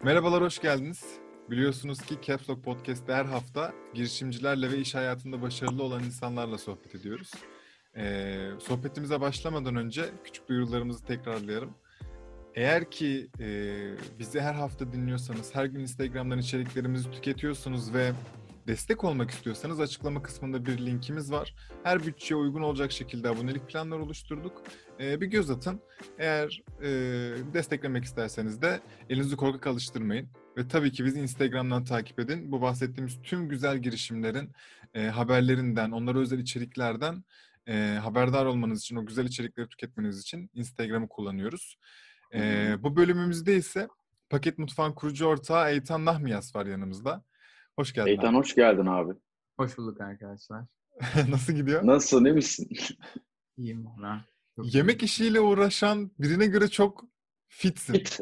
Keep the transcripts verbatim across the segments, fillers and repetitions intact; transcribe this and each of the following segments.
Merhabalar, hoş geldiniz. Biliyorsunuz ki Caps Lock Podcast'te her hafta girişimcilerle ve iş hayatında başarılı olan insanlarla sohbet ediyoruz. Ee, sohbetimize başlamadan önce küçük duyurularımızı tekrarlayalım. Eğer ki e, bizi her hafta dinliyorsanız, her gün Instagram'dan içeriklerimizi tüketiyorsunuz ve destek olmak istiyorsanız açıklama kısmında bir linkimiz var. Her bütçeye uygun olacak şekilde abonelik planları oluşturduk. Ee, bir göz atın. Eğer e, desteklemek isterseniz de elinizi korkak alıştırmayın. Ve tabii ki bizi Instagram'dan takip edin. Bu bahsettiğimiz tüm güzel girişimlerin e, haberlerinden, onlara özel içeriklerden e, haberdar olmanız için, o güzel içerikleri tüketmeniz için Instagram'ı kullanıyoruz. E, bu bölümümüzde ise Paket Mutfağın kurucu ortağı Eytan Nahmiyas var yanımızda. Hoş geldin Eytan abi. hoş geldin abi. Hoş bulduk arkadaşlar. Nasıl gidiyor? Nasılsın, iyi misin? İyiyim ben. Çok Yemek iyiyim. işiyle uğraşan birine göre çok fitsin. Fit.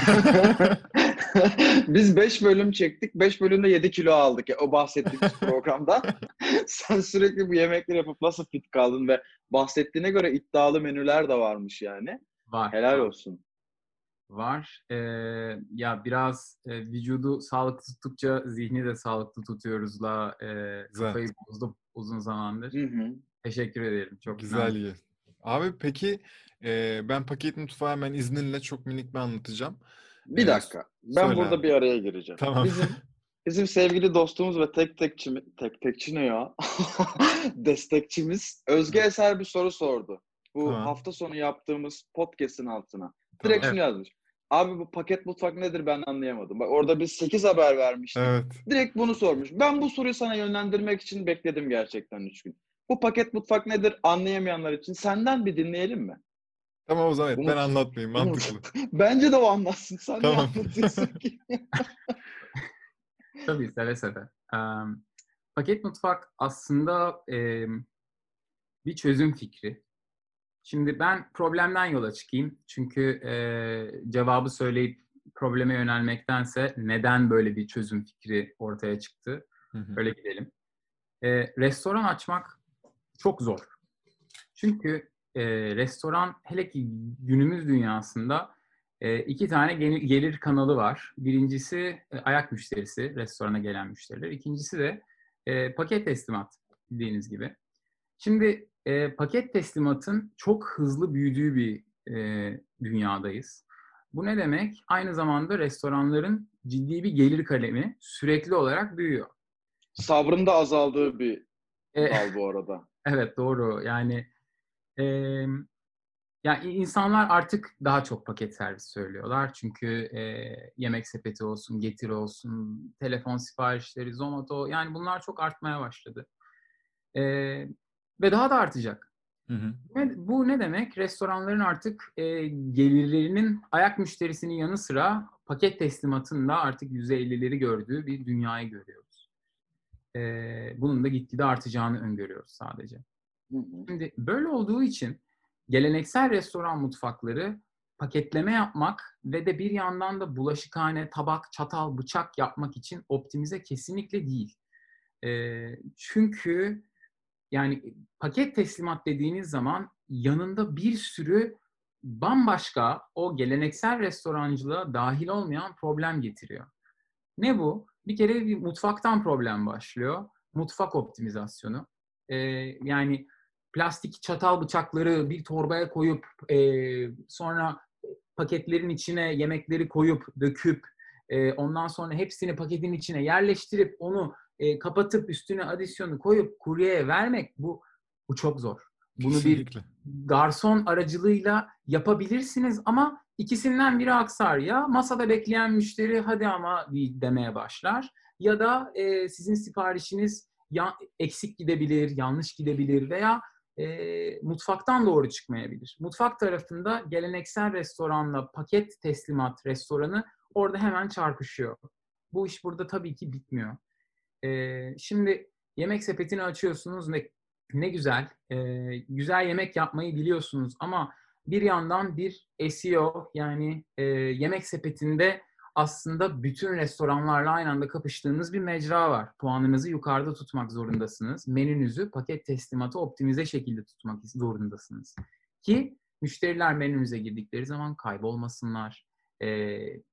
Biz beş bölüm çektik. beş bölümde yedi kilo aldık ya, o bahsettiğimiz programda. Sen sürekli bu yemekleri yapıp nasıl fit kaldın ve bahsettiğine göre iddialı menüler de varmış yani. Var. Helal var. olsun. Var. Ee, ya biraz e, vücudu sağlıklı tuttukça zihni de sağlıklı tutuyoruzla e, kafayı bozdum uzun zamandır. Hı hı. Teşekkür ederim. Çok Güzel iyi. Abi peki e, ben Paket Mutfağı hemen izninle çok minik bir anlatacağım. Bir E, dakika. Ben söyle burada abi. bir araya gireceğim. Tamam. Bizim bizim sevgili dostumuz ve tek tekçi tek tekçi ne ya? Destekçimiz Özge Eser bir soru sordu. Bu Tamam. hafta sonu yaptığımız podcast'in altına. Tamam. Direkt şunu yazmış. Abi bu paket mutfak nedir ben anlayamadım. Bak orada biz sekiz haber vermiştik. Evet. Direkt bunu sormuş. Ben bu soruyu sana yönlendirmek için bekledim gerçekten üç gün. Bu paket mutfak nedir anlayamayanlar için senden bir dinleyelim mi? Tamam o zaman evet, ben Umut, anlatmayayım, mantıklı. Bence de o anlatsın. Sen Tamam. ne anlatıyorsun ki? Tabii seve seve. Ee, paket mutfak aslında e, bir çözüm fikri. Şimdi ben problemden yola çıkayım. Çünkü e, cevabı söyleyip probleme yönelmektense neden böyle bir çözüm fikri ortaya çıktı? Hı hı. Öyle gidelim. E, restoran açmak çok zor. Çünkü e, restoran hele ki günümüz dünyasında e, iki tane gelir kanalı var. Birincisi e, ayak müşterisi, restorana gelen müşteriler. İkincisi de e, paket teslimat bildiğiniz gibi. Şimdi e, paket teslimatın çok hızlı büyüdüğü bir e, dünyadayız. Bu ne demek? Aynı zamanda restoranların ciddi bir gelir kalemi sürekli olarak büyüyor. Sabrın da azaldığı bir E, dal bu arada. evet doğru. Yani e, ya insanlar artık daha çok paket servis söylüyorlar. Çünkü e, yemek sepeti olsun, Getir olsun, telefon siparişleri, Zomato yani bunlar çok artmaya başladı. E, ve daha da artacak. Hı hı. Bu ne demek? Restoranların artık e, gelirlerinin ayak müşterisinin yanı sıra paket teslimatında artık yüzde ellileri gördüğü bir dünyayı görüyoruz. E, bunun da gitgide artacağını öngörüyoruz sadece. Hı hı. Şimdi böyle olduğu için geleneksel restoran mutfakları paketleme yapmak ve de bir yandan da bulaşıkhane, tabak, çatal, bıçak yapmak için optimize kesinlikle değil. E, çünkü yani paket teslimat dediğiniz zaman yanında bir sürü bambaşka o geleneksel restorancılığa dahil olmayan problem getiriyor. Ne bu? Bir kere bir mutfaktan problem başlıyor. Mutfak optimizasyonu. Ee, yani plastik çatal bıçakları bir torbaya koyup e, sonra paketlerin içine yemekleri koyup döküp e, ondan sonra hepsini paketin içine yerleştirip onu e, kapatıp üstüne adisyonu koyup kuryeye vermek bu bu çok zor. Bunu Kesinlikle. bir garson aracılığıyla yapabilirsiniz ama ikisinden biri aksar. Ya masada bekleyen müşteri hadi ama demeye başlar ya da e, sizin siparişiniz ya, eksik gidebilir, yanlış gidebilir veya e, mutfaktan doğru çıkmayabilir. Mutfak tarafında geleneksel restoranla paket teslimat restoranı orada hemen çarpışıyor. Bu iş burada tabii ki bitmiyor. E, şimdi yemek sepetini açıyorsunuz ne, ne güzel, e, güzel yemek yapmayı biliyorsunuz ama bir yandan bir S E O yani e, yemek sepetinde aslında bütün restoranlarla aynı anda kapıştığınız bir mecra var. Puanınızı yukarıda tutmak zorundasınız. Menünüzü paket teslimatı optimize şekilde tutmak zorundasınız. Ki müşteriler menünüze girdikleri zaman kaybolmasınlar. E,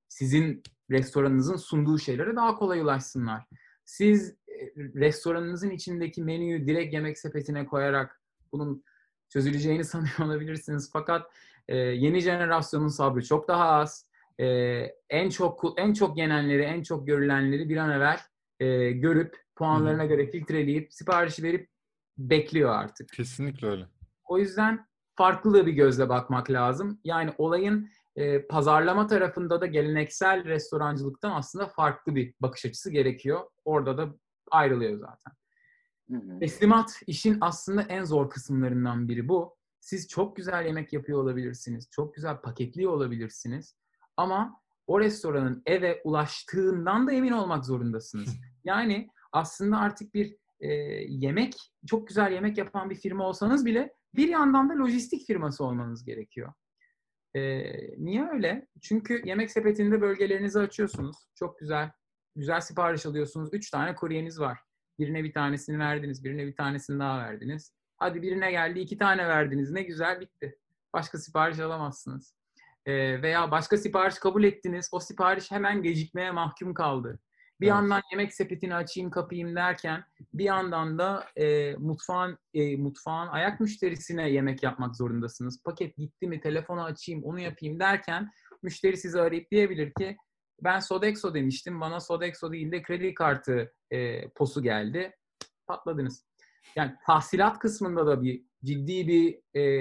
sizin restoranınızın sunduğu şeylere daha kolay ulaşsınlar. Siz restoranınızın içindeki menüyü direkt yemek sepetine koyarak bunun çözüleceğini sanıyor olabilirsiniz. Fakat e, yeni jenerasyonun sabrı çok daha az. E, en çok en çok yenenleri, en çok görülenleri bir an evvel e, görüp puanlarına göre filtreleyip siparişi verip bekliyor artık. Kesinlikle öyle. O yüzden farklı da bir gözle bakmak lazım. Yani olayın e, pazarlama tarafında da geleneksel restorancılıktan aslında farklı bir bakış açısı gerekiyor. Orada da ayrılıyor zaten. Hı hı. Teslimat işin aslında en zor kısımlarından biri bu. Siz çok güzel yemek yapıyor olabilirsiniz. Çok güzel paketliyor olabilirsiniz. Ama o restoranın eve ulaştığından da emin olmak zorundasınız. Yani aslında artık bir e, yemek, çok güzel yemek yapan bir firma olsanız bile bir yandan da lojistik firması olmanız gerekiyor. E, niye öyle? Çünkü yemek sepetinde bölgelerinizi açıyorsunuz. Çok güzel. Güzel sipariş alıyorsunuz. Üç tane kuryeniz var. Birine bir tanesini verdiniz. Birine bir tanesini daha verdiniz. Hadi birine geldi. iki tane verdiniz. Ne güzel, bitti. Başka sipariş alamazsınız. E, veya başka sipariş kabul ettiniz. O sipariş hemen gecikmeye mahkum kaldı. Bir evet. yandan yemek sepetini açayım kapayım derken bir yandan da e, mutfağın e, mutfağın ayak müşterisine yemek yapmak zorundasınız. Paket gitti mi telefonu açayım onu yapayım derken müşteri sizi arayıp diyebilir ki ben Sodexo demiştim, bana Sodexo değil de kredi kartı e, posu geldi. Patladınız. Yani tahsilat kısmında da bir ciddi bir e,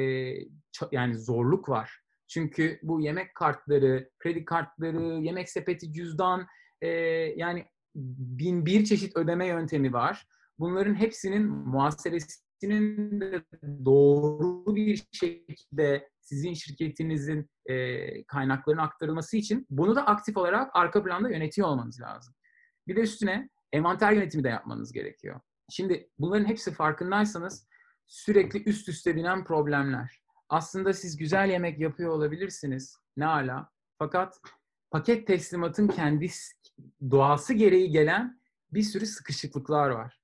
ç- yani zorluk var. Çünkü bu yemek kartları, kredi kartları, yemek sepeti, cüzdan, e, yani bin bir çeşit ödeme yöntemi var. Bunların hepsinin muhasebesinin de doğru bir şekilde sizin şirketinizin e, kaynaklarına aktarılması için bunu da aktif olarak arka planda yönetiyor olmanız lazım. Bir de üstüne envanter yönetimi de yapmanız gerekiyor. Şimdi bunların hepsi farkındaysanız sürekli üst üste binen problemler. Aslında siz güzel yemek yapıyor olabilirsiniz. Ne ala. Fakat paket teslimatın kendi doğası gereği gelen bir sürü sıkışıklıklar var.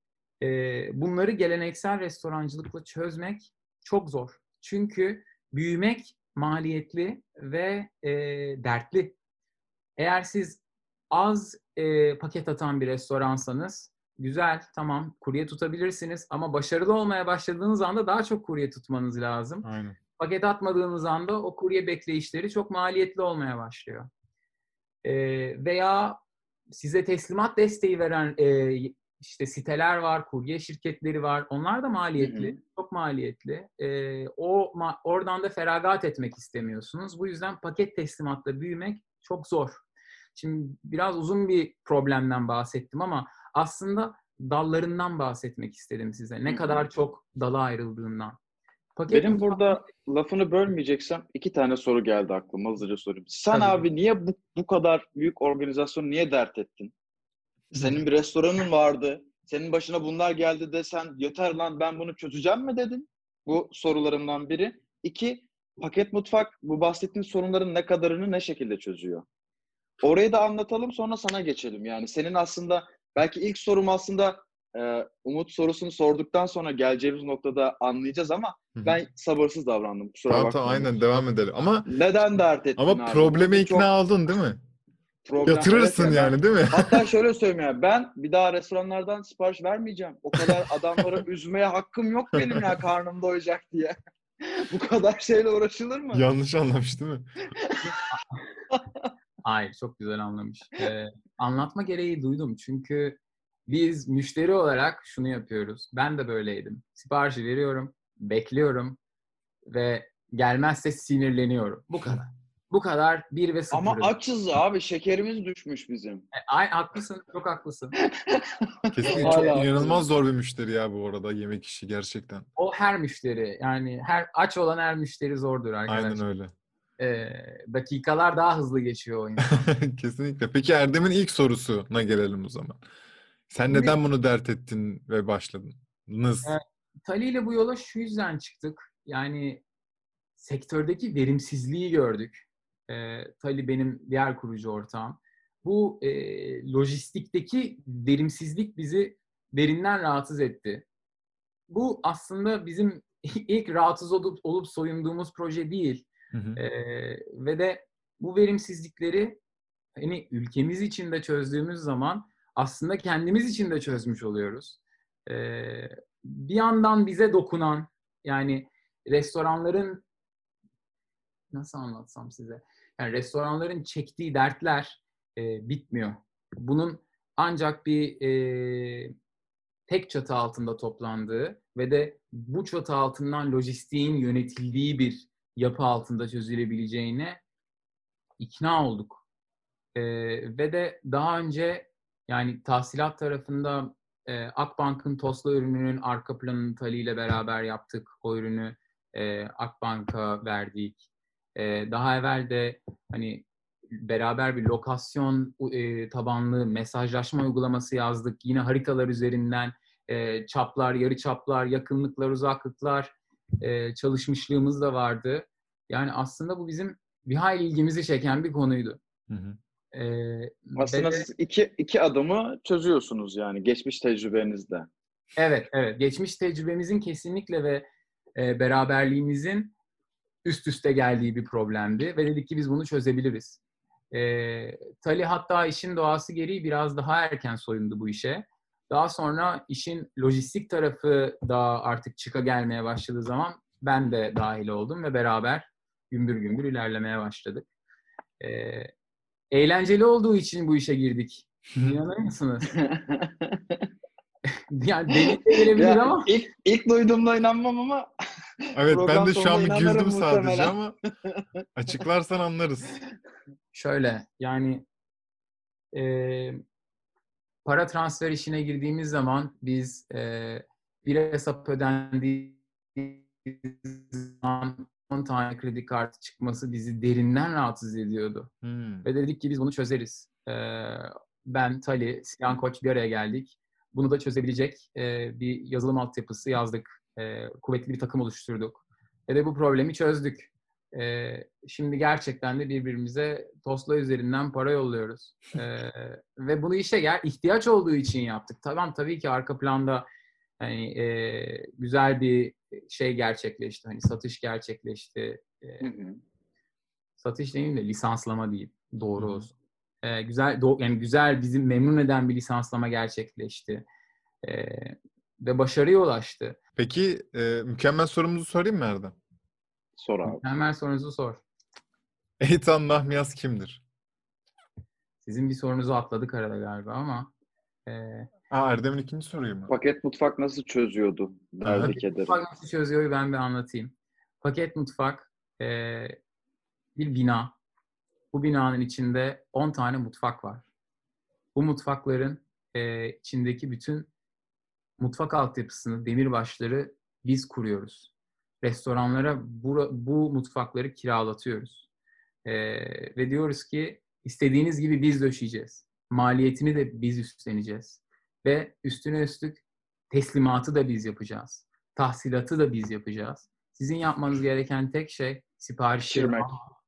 Ee, bunları geleneksel restorancılıkla çözmek çok zor. Çünkü büyümek maliyetli ve e, dertli. Eğer siz az e, paket atan bir restoransanız güzel, tamam, kurye tutabilirsiniz ama başarılı olmaya başladığınız anda daha çok kurye tutmanız lazım. Aynen. Paket atmadığınız anda o kurye bekleyişleri çok maliyetli olmaya başlıyor. E, veya size teslimat desteği veren e, işte siteler var, kurye şirketleri var. Onlar da maliyetli, hı hı. çok maliyetli. E, o ma- oradan da feragat etmek istemiyorsunuz. Bu yüzden paket teslimatla büyümek çok zor. Şimdi biraz uzun bir problemden bahsettim ama aslında dallarından bahsetmek istedim size. Ne kadar çok dala ayrıldığından. Paket Benim mutfak... burada lafını bölmeyeceksem iki tane soru geldi aklıma, hızlıca sorayım. Sen Tabii. abi niye bu, bu kadar büyük organizasyonu niye dert ettin? Senin bir restoranın vardı. Senin başına bunlar geldi de sen yeter lan ben bunu çözeceğim mi dedin? Bu sorularımdan biri. İki, paket mutfak bu bahsettiğin sorunların ne kadarını ne şekilde çözüyor? Orayı da anlatalım sonra sana geçelim. Yani senin aslında belki ilk sorum aslında e, Umut sorusunu sorduktan sonra geleceğimiz noktada anlayacağız ama Hı-hı. ben sabırsız davrandım. Kusura tamam, bakma. Tamam aynen devam edelim. Ama neden dert ettin ama abi? Ama probleme ikna çok... oldun değil mi? Problem, Yatırırsın evet ya, yani ben, değil mi? Hatta şöyle söyleyeyim ya, ben bir daha restoranlardan sipariş vermeyeceğim. O kadar adamları üzmeye hakkım yok benim ya karnım doyacak diye. Bu kadar şeyle uğraşılır mı? Yanlış anlamış değil mi? Hayır, çok güzel anlamış. Ee, anlatma gereği duydum. Çünkü biz müşteri olarak şunu yapıyoruz. Ben de böyleydim. Siparişi veriyorum, bekliyorum ve gelmezse sinirleniyorum. Bu kadar. Bu kadar bir ve sıfır. Ama açız abi. Şekerimiz düşmüş bizim. E, ay, haklısın. Çok haklısın. Kesinlikle çok inanılmaz zor bir müşteri ya bu arada yemek işi gerçekten. O her müşteri. Yani her aç olan her müşteri zordur arkadaşlar. Aynen öyle. Ee, dakikalar daha hızlı geçiyor o insan. Kesinlikle. Peki Erdem'in ilk sorusuna gelelim o zaman. Sen Şimdi, neden bunu dert ettin ve başladın? Nız. E, Tali ile bu yola şu yüzden çıktık. Yani sektördeki verimsizliği gördük. E, Tali benim diğer kurucu ortağım. Bu e, lojistikteki verimsizlik bizi derinden rahatsız etti. Bu aslında bizim ilk rahatsız olup, olup soyunduğumuz proje değil. Hı hı. E, ve de bu verimsizlikleri hani ülkemiz için de çözdüğümüz zaman aslında kendimiz için de çözmüş oluyoruz. Ee, bir yandan bize dokunan, yani restoranların, nasıl anlatsam size, yani restoranların çektiği dertler e, bitmiyor. Bunun ancak bir e, tek çatı altında toplandığı ve de bu çatı altından lojistiğin yönetildiği bir yapı altında çözülebileceğine ikna olduk. Ee, ve de daha önce yani tahsilat tarafında e, Akbank'ın Tosla ürününün arka planını Tali ile beraber yaptık. O ürünü e, Akbank'a verdik. E, daha evvel de hani beraber bir lokasyon e, tabanlı mesajlaşma uygulaması yazdık. Yine haritalar üzerinden e, çaplar, yarı çaplar, yakınlıklar, uzaklıklar e, çalışmışlığımız da vardı. Yani aslında bu bizim bir hayli ilgimizi çeken bir konuydu. Hı hı. Ee, Aslında ve de, siz iki, iki adımı çözüyorsunuz yani geçmiş tecrübenizde. evet, evet. Geçmiş tecrübemizin kesinlikle ve e, beraberliğimizin üst üste geldiği bir problemdi. Ve dedik ki biz bunu çözebiliriz. Ee, Tali hatta işin doğası gereği biraz daha erken soyundu bu işe. Daha sonra işin lojistik tarafı da artık çıka gelmeye başladığı zaman ben de dahil oldum ve beraber gümbür gümbür ilerlemeye başladık. Ee, eğlenceli olduğu için bu işe girdik. İnanır mısınız? Yani delice gelebilir Ya ama ilk ilk duyduğumda inanmam ama Evet, ben program de şu sonunda an bir inanırım güldüm sadece muhtemelen. ama açıklarsan anlarız. şöyle yani e, para transfer işine girdiğimiz zaman biz e, bir hesap ödendiği zaman on tane kredi kartı çıkması bizi derinden rahatsız ediyordu. Hmm. Ve dedik ki biz bunu çözeriz. E, ben, Tali, Sinan Koç bir araya geldik. Bunu da çözebilecek e, bir yazılım altyapısı yazdık. E, kuvvetli bir takım oluşturduk. Ve de bu problemi çözdük. E, şimdi gerçekten de birbirimize Tosla üzerinden para yolluyoruz. E, ve bunu işte gel ihtiyaç olduğu için yaptık. Tamam, tabii ki arka planda hani e, güzel bir şey gerçekleşti. Hani satış gerçekleşti. E, Hı hı. satış demeyeyim de lisanslama diyeyim. Doğru Hı hı. olsun. Ee, güzel do- yani güzel, bizi memnun eden bir lisanslama gerçekleşti. Ee, ve başarıya ulaştı. Peki e, mükemmel sorumuzu sorayım mı Erdem? Sor abi. Hemen sorunuzu sor. Eytan Nahmiyaz kimdir? Sizin bir sorunuzu atladık arada galiba ama e, Aa, Erdem'in ikinci soruyu mu? Paket mutfak nasıl çözüyordu Aha. derdi kederi. mutfak nasıl çözüyor ben bir anlatayım. Paket mutfak e, bir bina. Bu binanın içinde on tane mutfak var. Bu mutfakların e, içindeki bütün mutfak altyapısını, demirbaşları biz kuruyoruz. Restoranlara bu, bu mutfakları kiralatıyoruz. Ee, ve diyoruz ki istediğiniz gibi biz döşeyeceğiz. Maliyetini de biz üstleneceğiz. Ve üstüne üstlük teslimatı da biz yapacağız. Tahsilatı da biz yapacağız. Sizin yapmanız gereken tek şey siparişleri Pişirmek. almak.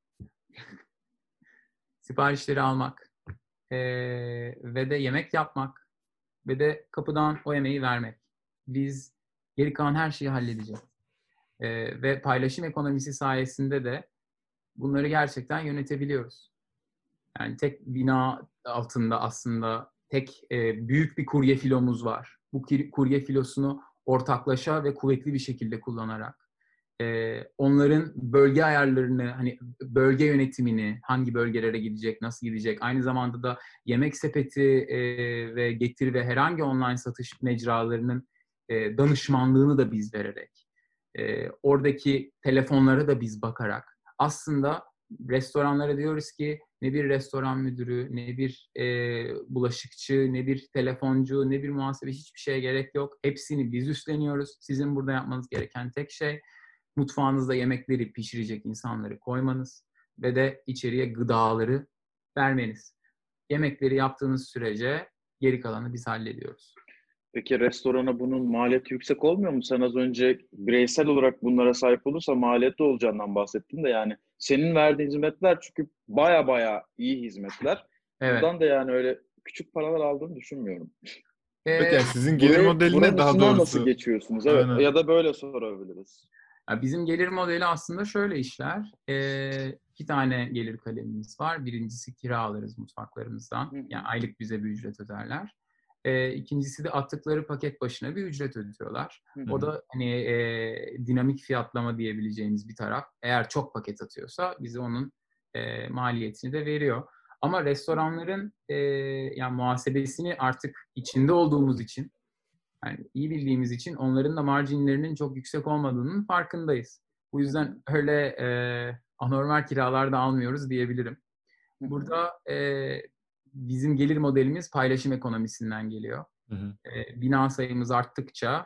Siparişleri almak. Ee, ve de yemek yapmak. Ve de kapıdan o yemeği vermek. Biz geri kalan her şeyi halledeceğiz. Ee, ve paylaşım ekonomisi sayesinde de bunları gerçekten yönetebiliyoruz. Yani tek bina altında aslında tek e, büyük bir kurye filomuz var. Bu kurye filosunu ortaklaşa ve kuvvetli bir şekilde kullanarak e, onların bölge ayarlarını, hani bölge yönetimini, hangi bölgelere gidecek, nasıl gidecek, aynı zamanda da yemek sepeti e, ve Getir ve herhangi online satış mecralarının e, danışmanlığını da biz vererek, e, oradaki telefonlara da biz bakarak aslında restoranlara diyoruz ki ne bir restoran müdürü, ne bir e, bulaşıkçı, ne bir telefoncu, ne bir muhasebe, hiçbir şeye gerek yok. Hepsini biz üstleniyoruz. Sizin burada yapmanız gereken tek şey mutfağınızda yemekleri pişirecek insanları koymanız ve de içeriye gıdaları vermeniz. Yemekleri yaptığınız sürece geri kalanı biz hallediyoruz. Peki restorana bunun maliyeti yüksek olmuyor mu? Sen az önce bireysel olarak bunlara sahip olursa maliyetli olacağından bahsettin de yani senin verdiğin hizmetler çünkü baya baya iyi hizmetler. Evet. Buradan da yani öyle küçük paralar aldığını düşünmüyorum. Ee, Peki yani sizin gelir Burayı, modeline buranın daha içinden nasıl doğrusu geçiyorsunuz? Evet, aynen. ya da böyle sorabiliriz. Ya bizim gelir modeli aslında şöyle işler. Ee, iki tane gelir kalemimiz var. Birincisi kira alırız mutfaklarımızdan. Hı hı. Yani aylık bize bir ücret öderler. Ee, ikincisi de attıkları paket başına bir ücret ödüyorlar. Hı O hı. da hani e, dinamik fiyatlama diyebileceğimiz bir taraf. Eğer çok paket atıyorsa bize onun e, maliyetini de veriyor. Ama restoranların e, yani muhasebesini artık içinde olduğumuz için, yani iyi bildiğimiz için onların da marjinlerinin çok yüksek olmadığının farkındayız. Bu yüzden öyle e, anormal kiralar da almıyoruz diyebilirim. Hı hı. Burada e, bizim gelir modelimiz paylaşım ekonomisinden geliyor. Hı hı. E, bina sayımız arttıkça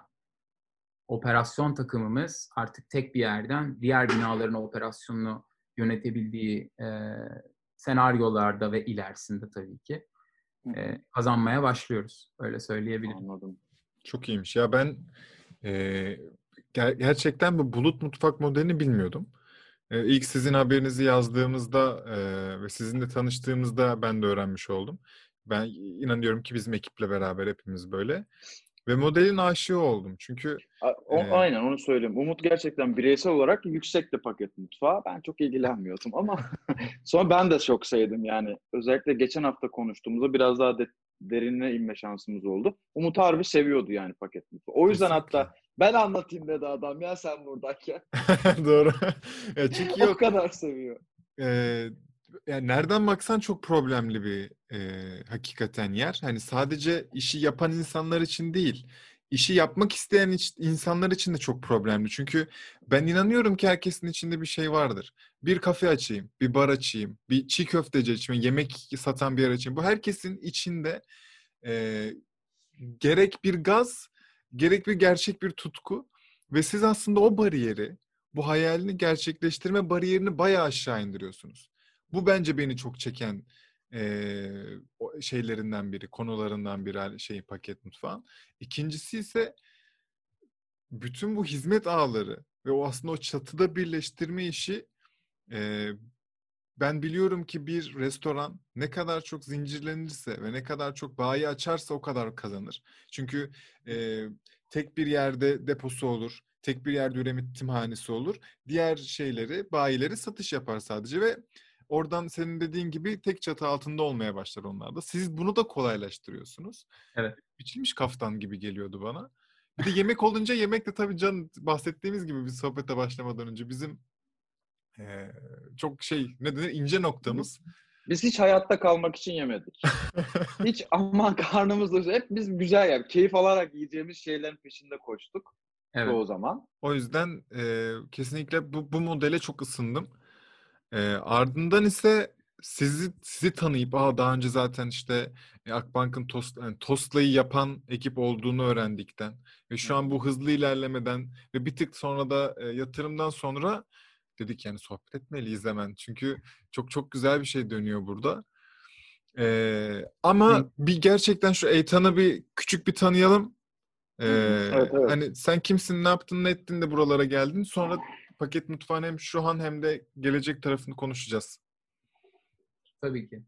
operasyon takımımız artık tek bir yerden diğer binaların operasyonunu yönetebildiği e, senaryolarda ve ilerisinde tabii ki Hı hı. e, kazanmaya başlıyoruz. Öyle söyleyebilirim. Anladım. Çok iyiymiş. Ya ben e, ger- gerçekten bu bulut mutfak modelini bilmiyordum. E, ilk sizin haberinizi yazdığımızda e, ve sizinle tanıştığımızda ben de öğrenmiş oldum. Ben inanıyorum ki bizim ekiple beraber hepimiz böyle. Ve modelin aşığı oldum. Çünkü A- o, e, aynen onu söyleyeyim. Umut gerçekten bireysel olarak yüksekti paket mutfağı. Ben çok ilgilenmiyordum ama sonra ben de çok sevdim yani. Özellikle geçen hafta konuştuğumuzda biraz daha de, derinine inme şansımız oldu. Umut harbi seviyordu yani paket mutfağı. O yüzden kesinlikle. hatta ben anlatayım dedi adam ya sen buradayken. Doğru. Ya çünkü O yok. kadar seviyor. e, Yani nereden baksan çok problemli bir e, hakikaten yer. Hani sadece işi yapan insanlar için değil, işi yapmak isteyen iç- insanlar için de çok problemli. Çünkü ben inanıyorum ki herkesin içinde bir şey vardır. Bir kafe açayım, bir bar açayım, bir çiğ köfteci açayım, yemek satan bir yer açayım. Bu herkesin içinde e, gerek bir gaz, gerek bir gerçek bir tutku. Ve siz aslında o bariyeri, bu hayalini gerçekleştirme bariyerini bayağı aşağı indiriyorsunuz. Bu bence beni çok çeken eee, o şeylerinden biri, konularından biri şey paket mutfağın. İkincisi ise bütün bu hizmet ağları ve o aslında o çatıda birleştirme işi eee, ben biliyorum ki bir restoran ne kadar çok zincirlenirse ve ne kadar çok bayi açarsa o kadar kazanır. Çünkü e, tek bir yerde deposu olur, tek bir yerde üretimhanesi olur. Diğer şeyleri, bayileri satış yapar sadece ve oradan senin dediğin gibi tek çatı altında olmaya başlar onlar da. Siz bunu da kolaylaştırıyorsunuz. Evet. Biçilmiş kaftan gibi geliyordu bana. Bir de yemek olunca yemek de tabii can bahsettiğimiz gibi bir sohbete başlamadan önce bizim ee, çok şey ne denir ince noktamız. Biz hiç hayatta kalmak için yemedik. Hiç aman karnımız doysun. Hep biz güzel yer, keyif alarak yiyeceğimiz şeylerin peşinde koştuk Evet. çoğu zaman. O yüzden e, kesinlikle bu, bu modele çok ısındım. E, ardından ise sizi sizi tanıyıp Aa, daha önce zaten işte e, Akbank'ın Tost, yani Tost'layı yapan ekip olduğunu öğrendikten ve şu an bu hızlı ilerlemeden ve bir tık sonra da e, yatırımdan sonra dedik yani sohbet etmeliyiz hemen. Çünkü çok çok güzel bir şey dönüyor burada. Ee, ama bir gerçekten şu Eytan'ı bir küçük bir tanıyalım. Hı hı. Ee, Evet, evet. hani sen kimsin, ne yaptın, ne ettin de buralara geldin. Sonra paket mutfağın hem şu an hem de gelecek tarafını konuşacağız. Tabii ki.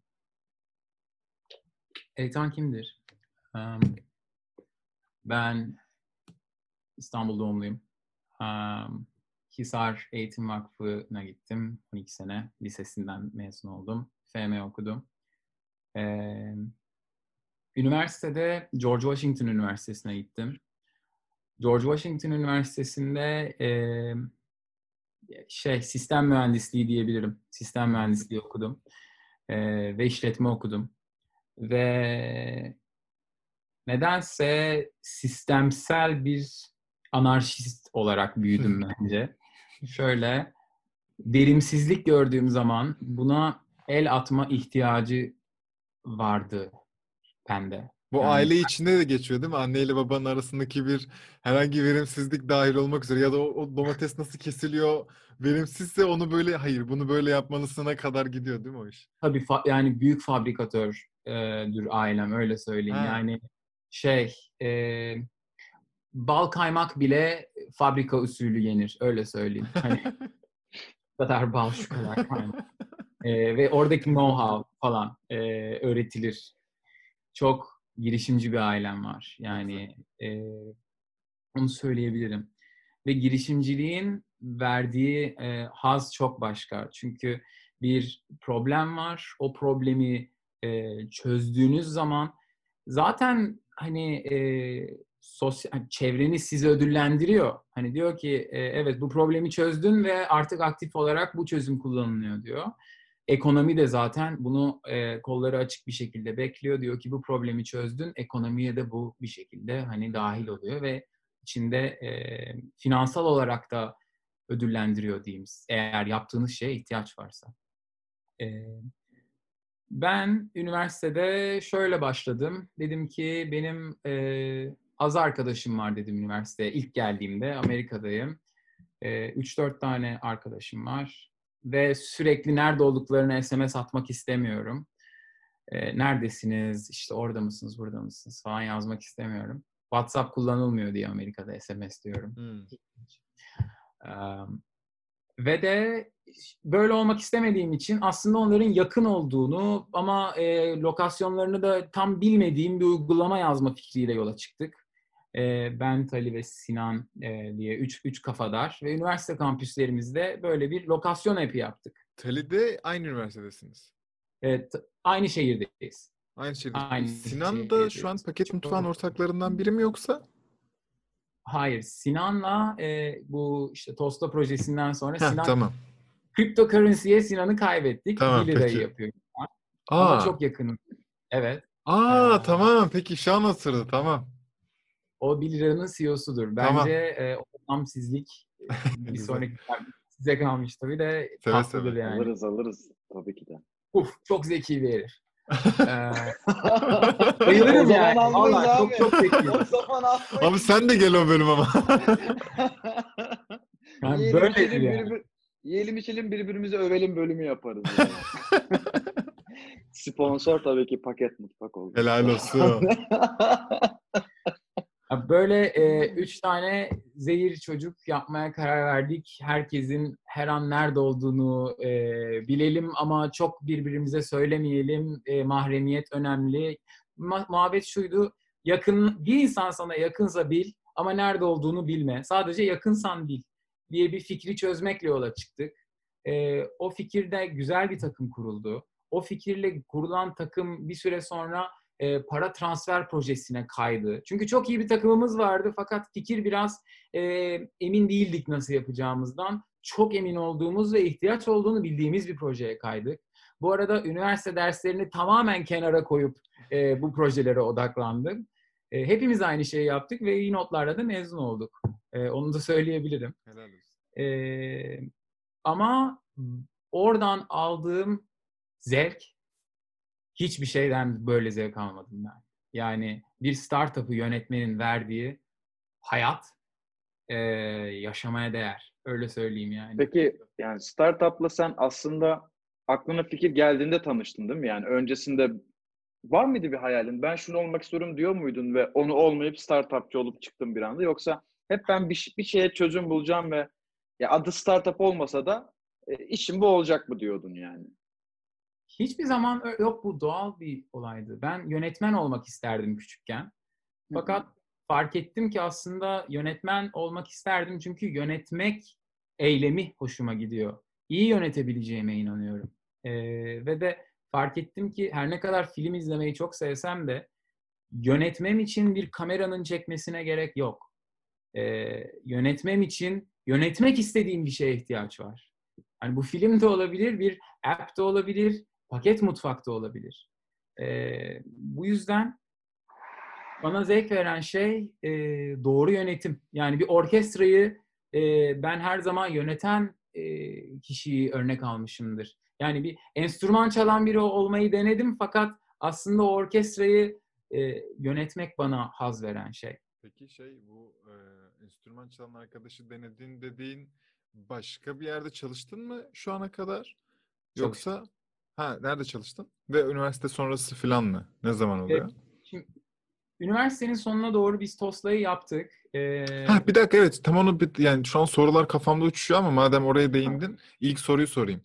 Eytan kimdir? Um, ben İstanbul doğumluyum. Um, Hisar Eğitim Vakfı'na gittim. on iki sene lisesinden mezun oldum. F M okudum. Ee, üniversitede George Washington Üniversitesi'ne gittim. George Washington Üniversitesi'nde e, şey sistem mühendisliği diyebilirim. Sistem mühendisliği okudum. E, ve işletme okudum. Ve nedense sistemsel bir anarşist olarak büyüdüm bence. Şöyle, verimsizlik gördüğüm zaman buna el atma ihtiyacı vardı bende. Bu Yani aile içinde de geçiyor değil mi? Anne ile babanın arasındaki bir herhangi verimsizlik dahil olmak üzere ya da o, o domates nasıl kesiliyor verimsizse onu böyle hayır bunu böyle yapmalısına kadar gidiyor değil mi o iş? tabii fa- yani büyük fabrikatördür ailem öyle söyleyeyim. Ha. Yani şey e, bal kaymak bile fabrika usulü yenir öyle söyleyeyim. Hani şu kadar bal şu kadar kaymak. E, ve oradaki know-how falan e, öğretilir. Çok girişimci bir ailem var. Ne güzel. Yani e, onu söyleyebilirim. ve girişimciliğin verdiği e, haz çok başka. Çünkü bir problem var. O problemi e, çözdüğünüz zaman zaten hani e, sosyal çevreniz sizi ödüllendiriyor. Hani diyor ki e, evet bu problemi çözdün ve artık aktif olarak bu çözüm kullanılıyor diyor. Ekonomi de zaten bunu e, kolları açık bir şekilde bekliyor. Diyor ki bu problemi çözdün. Ekonomiye de bu bir şekilde hani dahil oluyor ve içinde e, finansal olarak da ödüllendiriyor diyeyim. Eğer yaptığınız şeye ihtiyaç varsa. E, ben üniversitede şöyle başladım. Dedim ki benim e, az arkadaşım var dedim üniversiteye. İlk geldiğimde Amerika'dayım. E, üç dört tane arkadaşım var. Ve sürekli nerede olduklarını S M S atmak istemiyorum. E, neredesiniz, işte orada mısınız, burada mısınız falan yazmak istemiyorum. WhatsApp kullanılmıyor diye Amerika'da S M S diyorum. Hmm. Um, ve de böyle olmak istemediğim için aslında onların yakın olduğunu ama e, lokasyonlarını da tam bilmediğim bir uygulama yazma fikriyle yola çıktık. E, ben, Tali ve Sinan e, diye üç, üç kafadar ve üniversite kampüslerimizde böyle bir lokasyon app'i yaptık. Tali'de aynı üniversitedesiniz. Evet, aynı şehirdeyiz. Aynı şehirde. Aynı Sinan da şu an Paket Çok- Mutfağı'nın ortaklarından biri mi yoksa? Hayır, Sinan'la e, bu işte Tosta projesinden sonra Heh, Sinan tamam. cryptocurrency'ye Sinan'ı kaybettik. Tamam, bir lirayı peki. yapıyor. Aa, Ama çok yakın. Evet. aa Ee, tamam. Peki şu an hatırladım. Tamam. O bir liranın C E O'sudur. Bence Tamam. e, o tamsizlik bir Güzel. sonraki size kalmış tabii de Seve tatlıdır seve. yani. Alırız alırız. Tabii ki de. Uf, çok zeki bir herif. Ee, O bayılırım zaman yani. almayız Vallahi abi. çok çok zeki. O zaman almayız. Abi sen de gel o bölüm ama. Yani yiyelim, böyledir içelim, yani. birbir, yiyelim içelim birbirimizi övelim bölümü yaparız. Yani. Sponsor tabii ki Paket Mutfak oldu. Helal olsun. Böyle e, üç tane zehir çocuk yapmaya karar verdik. Herkesin her an nerede olduğunu e, bilelim ama çok birbirimize söylemeyelim. E, mahremiyet önemli. Ma- muhabbet şuydu. Yakın bir insan sana yakınsa bil ama nerede olduğunu bilme. Sadece yakınsan bil diye bir fikri çözmekle yola çıktık. E, o fikirde güzel bir takım kuruldu. O fikirle kurulan takım bir süre sonra E, para transfer projesine kaydı. Çünkü çok iyi bir takımımız vardı fakat fikir biraz e, emin değildik nasıl yapacağımızdan. Çok emin olduğumuz ve ihtiyaç olduğunu bildiğimiz bir projeye kaydık. Bu arada üniversite derslerini tamamen kenara koyup e, bu projelere odaklandık. E, hepimiz aynı şeyi yaptık ve iyi notlarla da mezun olduk. E, onu da söyleyebilirim. Helal olsun. E, ama oradan aldığım zevk hiçbir şeyden böyle zevk almadım ben. Yani bir startup'ı yönetmenin verdiği hayat e, yaşamaya değer. Öyle söyleyeyim yani. Peki yani startup'la sen aslında aklına fikir geldiğinde tanıştın değil mi? Yani öncesinde var mıydı bir hayalin? Ben şunu olmak istiyorum diyor muydun ve onu olmayıp startupçı olup çıktın bir anda? Yoksa hep ben bir, bir şeye çözüm bulacağım ve ya adı startup olmasa da e, işim bu olacak mı diyordun yani? Hiçbir zaman ö- yok, bu doğal bir olaydı. Ben yönetmen olmak isterdim küçükken. Fakat fark ettim ki aslında yönetmen olmak isterdim çünkü yönetmek eylemi hoşuma gidiyor. İyi yönetebileceğime inanıyorum. Ee, ve de fark ettim ki her ne kadar film izlemeyi çok sevsem de yönetmem için bir kameranın çekmesine gerek yok. Ee, yönetmem için yönetmek istediğim bir şeye ihtiyaç var. Hani bu film de olabilir, bir app de olabilir, Paket Mutfak da olabilir. Ee, bu yüzden bana zevk veren şey e, doğru yönetim. Yani bir orkestrayı e, ben her zaman yöneten e, kişiyi örnek almışımdır. Yani bir enstrüman çalan biri olmayı denedim fakat aslında o orkestrayı e, yönetmek bana haz veren şey. Peki şey bu e, enstrüman çalan arkadaşı denediğin dediğin başka bir yerde çalıştın mı şu ana kadar? Yoksa ha nerede çalıştın? Ve üniversite sonrası falan mı? Ne zaman oluyor? Şimdi, üniversitenin sonuna doğru biz TOSLA'yı yaptık. Ee, Ha bir dakika evet tam onu bir, yani şu an sorular kafamda uçuşuyor ama madem oraya değindin ilk soruyu sorayım.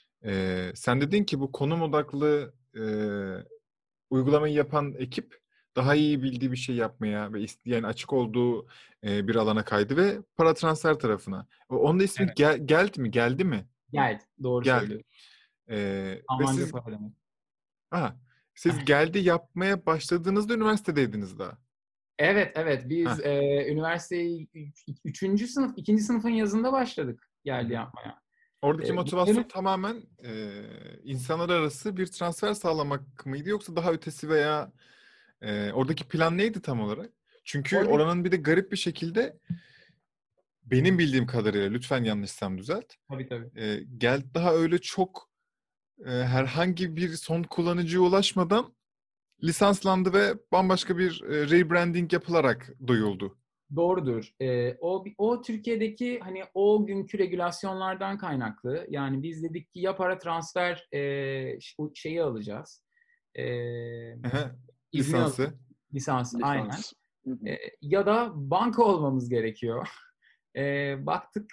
Ee, sen dedin ki bu konum odaklı e, uygulamayı yapan ekip daha iyi bildiği bir şey yapmaya ve isteyen açık olduğu e, bir alana kaydı ve para transfer tarafına. O- Onun da ismi Evet. gel, geldi mi? Geldi mi? Geldi. Doğru Geldi. söylüyorsun. E, ve Almanca siz para demek. aha, siz geldi yapmaya başladığınızda üniversitedeydiniz daha. Evet, evet. Biz Ha. e, üniversiteyi üç, üçüncü sınıf, ikinci sınıfın yazında başladık Hı geldi hı. yapmaya. Oradaki E, bu motivasyon dönem- tamamen e, insanlar arası bir transfer sağlamak mıydı yoksa daha ötesi veya e, oradaki plan neydi tam olarak? Çünkü oradaki oranın bir de garip bir şekilde benim bildiğim kadarıyla lütfen yanlışsam düzelt. tabii tabii. E, gel daha öyle çok e, herhangi bir son kullanıcıya ulaşmadan lisanslandı ve bambaşka bir e, rebranding yapılarak duyuldu. Doğrudur. Ee, o o Türkiye'deki hani o günkü regülasyonlardan kaynaklı. Yani biz dedik ki ya para transfer e, şu şeyi alacağız. E, Aha, izni al lisansı. lisans aynen. Lisans. Hı hı. E, ya da banka olmamız gerekiyor. E, baktık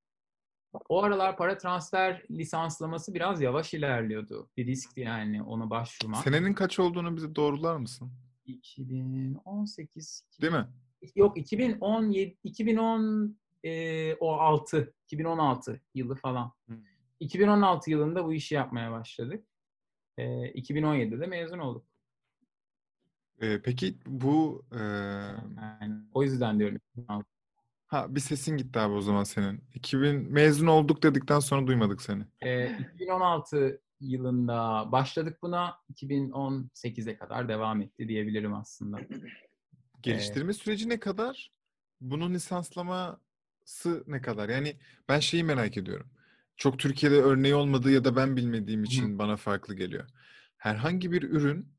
o aralar para transfer lisanslaması biraz yavaş ilerliyordu. Bir riskti yani ona başvurmak. Senenin kaç olduğunu bize doğrular mısın? iki bin on sekiz Değil mi? yok iki bin on yedi iki bin on e, o altı iki bin on altı yılı falan. Hmm. iki bin on altı yılında bu işi yapmaya başladık. E, iki bin on yedide de mezun olduk. Ee, peki bu e, Yani o yüzden diyorum. iki bin on altı. ha bir sesin gitti abi o zaman senin. iki bin mezun olduk dedikten sonra duymadık seni. E, iki bin on altı yılında başladık buna. iki bin on sekize kadar devam etti diyebilirim aslında. E, Geliştirme süreci ne kadar? Bunun lisanslaması ne kadar? Yani ben şeyi merak ediyorum. Çok Türkiye'de örneği olmadığı ya da ben bilmediğim hı, için bana farklı geliyor. Herhangi bir ürün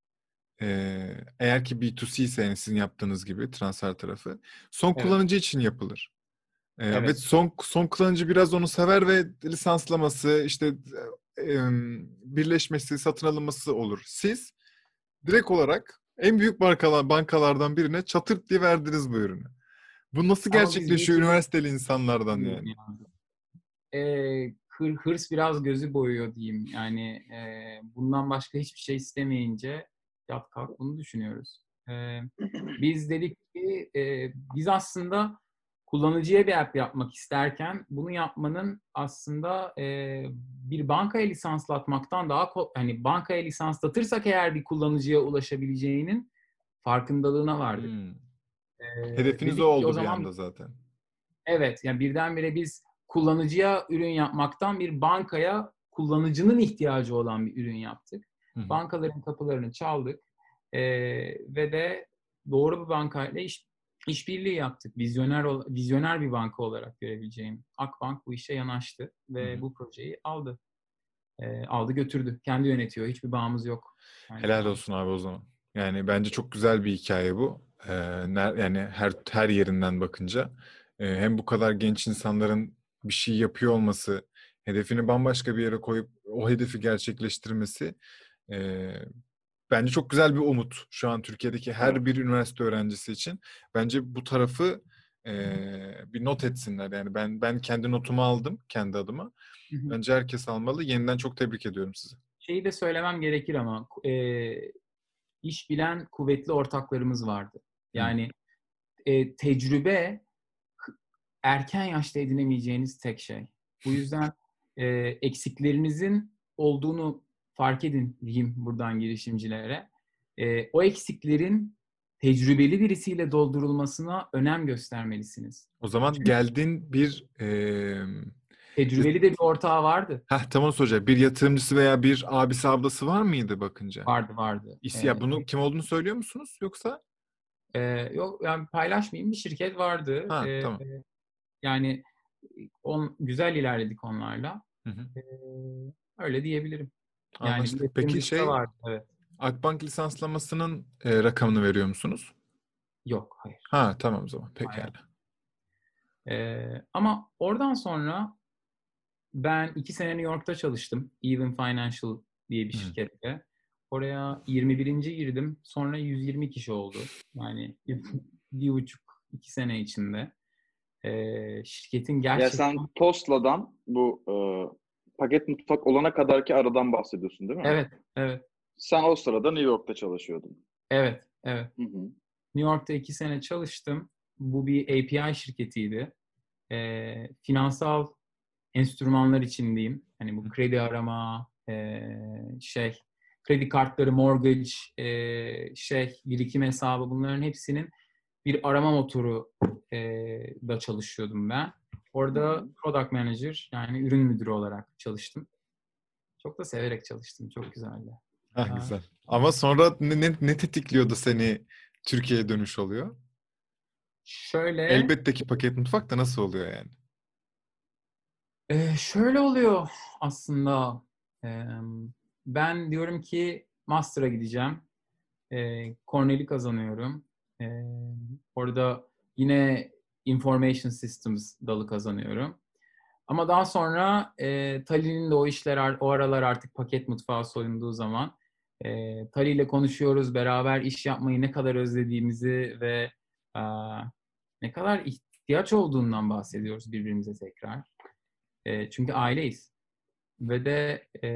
e, eğer ki B iki C ise yani sizin yaptığınız gibi transfer tarafı son evet, kullanıcı için yapılır. E, ve evet. son son kullanıcı biraz onu sever ve lisanslaması işte e, birleşmesi, satın alınması olur. Siz direkt olarak en büyük bankalar, bankalardan birine çatırt diye verdiniz bu ürünü. Bu nasıl Ama biz bir gerçekleşiyor türlü üniversiteli insanlardan ürün yani? yazdık. E, hır, hırs biraz gözü boyuyor diyeyim. Yani e, bundan başka hiçbir şey istemeyince yat kalk bunu düşünüyoruz. E, biz dedik ki e, biz aslında kullanıcıya bir app yapmak isterken bunu yapmanın aslında e, bir bankaya lisanslatmaktan daha ko- hani bankaya lisanslatırsak eğer bir kullanıcıya ulaşabileceğinin farkındalığına vardık. Hmm. E, Hedefiniz o dedik ki o oldu bir zaman anda zaten. evet, yani birdenbire biz kullanıcıya ürün yapmaktan bir bankaya kullanıcının ihtiyacı olan bir ürün yaptık. Hı hı. Bankaların kapılarını çaldık ee, ve de doğru bir bankayla iş, işbirliği yaptık. Vizyoner ol- vizyoner bir banka olarak görebileceğim Akbank bu işe yanaştı Hı ve hı. bu projeyi aldı. Ee, aldı götürdü. Kendi yönetiyor. Hiçbir bağımız yok. Aynı Helal zamanda. olsun abi o zaman. Yani bence çok güzel bir hikaye bu. Ee, ner- yani her her yerinden bakınca Ee, hem bu kadar genç insanların bir şey yapıyor olması, hedefini bambaşka bir yere koyup o hedefi gerçekleştirmesi ee, bence çok güzel bir umut şu an Türkiye'deki her Evet. bir üniversite öğrencisi için. Bence bu tarafı ee, bir not etsinler. Yani ben ben kendi notumu aldım kendi adıma. Hı hı. Bence herkes almalı. Yeniden çok tebrik ediyorum sizi. Şeyi de söylemem gerekir ama e, iş bilen kuvvetli ortaklarımız vardı. Hı. Yani e, tecrübe erken yaşta edinemeyeceğiniz tek şey. Bu yüzden e, eksiklerinizin olduğunu fark edin diyeyim buradan girişimcilere. E, o eksiklerin tecrübeli birisiyle doldurulmasına önem göstermelisiniz. O zaman Çünkü geldin bir ee, bir tecrübeli de bir ortağı vardı. heh, tam onu soracağım. Bir yatırımcısı veya bir abisi ablası var mıydı bakınca? Vardı vardı. İs- Ya E, bunu kim olduğunu söylüyor musunuz yoksa? e, yok yani paylaşmayayım bir şirket vardı. Ha E, tamam. yani on, güzel ilerledik onlarla. Hı hı. E, öyle diyebilirim. Yani bir Anlaştık. Peki yatırımcısı da şey vardı. Evet. Akbank lisanslamasının e, rakamını veriyor musunuz? Yok, hayır. Ha tamam o zaman. Hayır. Pekala. Ee, ama oradan sonra ben iki sene New York'ta çalıştım. Even Financial diye bir Hı. şirkette. Oraya yirmi birinci girdim. Sonra yüz yirmi kişi oldu. Yani bir, bir buçuk, iki sene içinde. Ee, şirketin Ya gerçekten... sen Tosla'dan bu e, paket mutfak olana kadarki aradan bahsediyorsun değil mi? Evet, evet, Sen o sırada New York'ta çalışıyordun. evet. Evet. Hı hı. New York'ta iki sene çalıştım. Bu bir A P I şirketiydi. Ee, finansal enstrümanlar için diyeyim. Hani bu kredi arama, e, şey, kredi kartları, mortgage, e, şey, birikim hesabı, bunların hepsinin bir arama motoru e, da çalışıyordum ben. Orada product manager, yani ürün müdürü olarak çalıştım. Çok da severek çalıştım. Çok güzeldi. Ha, Ha. güzel. Ama sonra ne, ne, ne tetikliyordu seni Türkiye'ye dönüş oluyor? Şöyle, Elbette ki paket mutfak da nasıl oluyor yani? e, şöyle oluyor aslında. E, ben diyorum ki master'a gideceğim. E, Cornell'i kazanıyorum. E, orada yine Information Systems dalı kazanıyorum. Ama daha sonra e, Tali'nin de o işler, o aralar artık paket mutfağı soyunduğu zaman e, Tali ile konuşuyoruz, beraber iş yapmayı ne kadar özlediğimizi ve e, ne kadar ihtiyaç olduğundan bahsediyoruz birbirimize tekrar. E, çünkü aileyiz. Ve de e,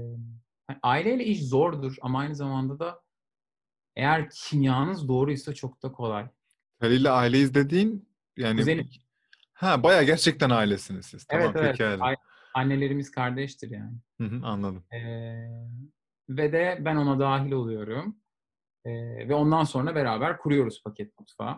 aileyle iş zordur ama aynı zamanda da eğer kimyanız doğruysa çok da kolay. Halil'le aileyiz dediğin yani Kuzenim. ha bayağı gerçekten ailesiniz siz. Evet, Tamam evet. peki hadi. A- Annelerimiz kardeştir yani. Hı hı, anladım. Ee, ve de ben ona dahil oluyorum. Ee, ve ondan sonra beraber kuruyoruz paket mutfağı.